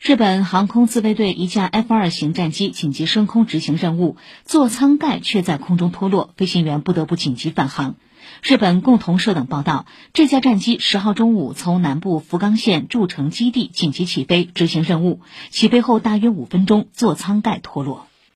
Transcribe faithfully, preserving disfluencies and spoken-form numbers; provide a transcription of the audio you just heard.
日本航空自卫队一架 F 二 型战机紧急升空执行任务，座舱盖却在空中脱落，飞行员不得不紧急返航。日本共同社等报道，这架战机十号中午从南部福冈县筑城基地紧急起飞执行任务，起飞后大约五分钟，座舱盖脱落。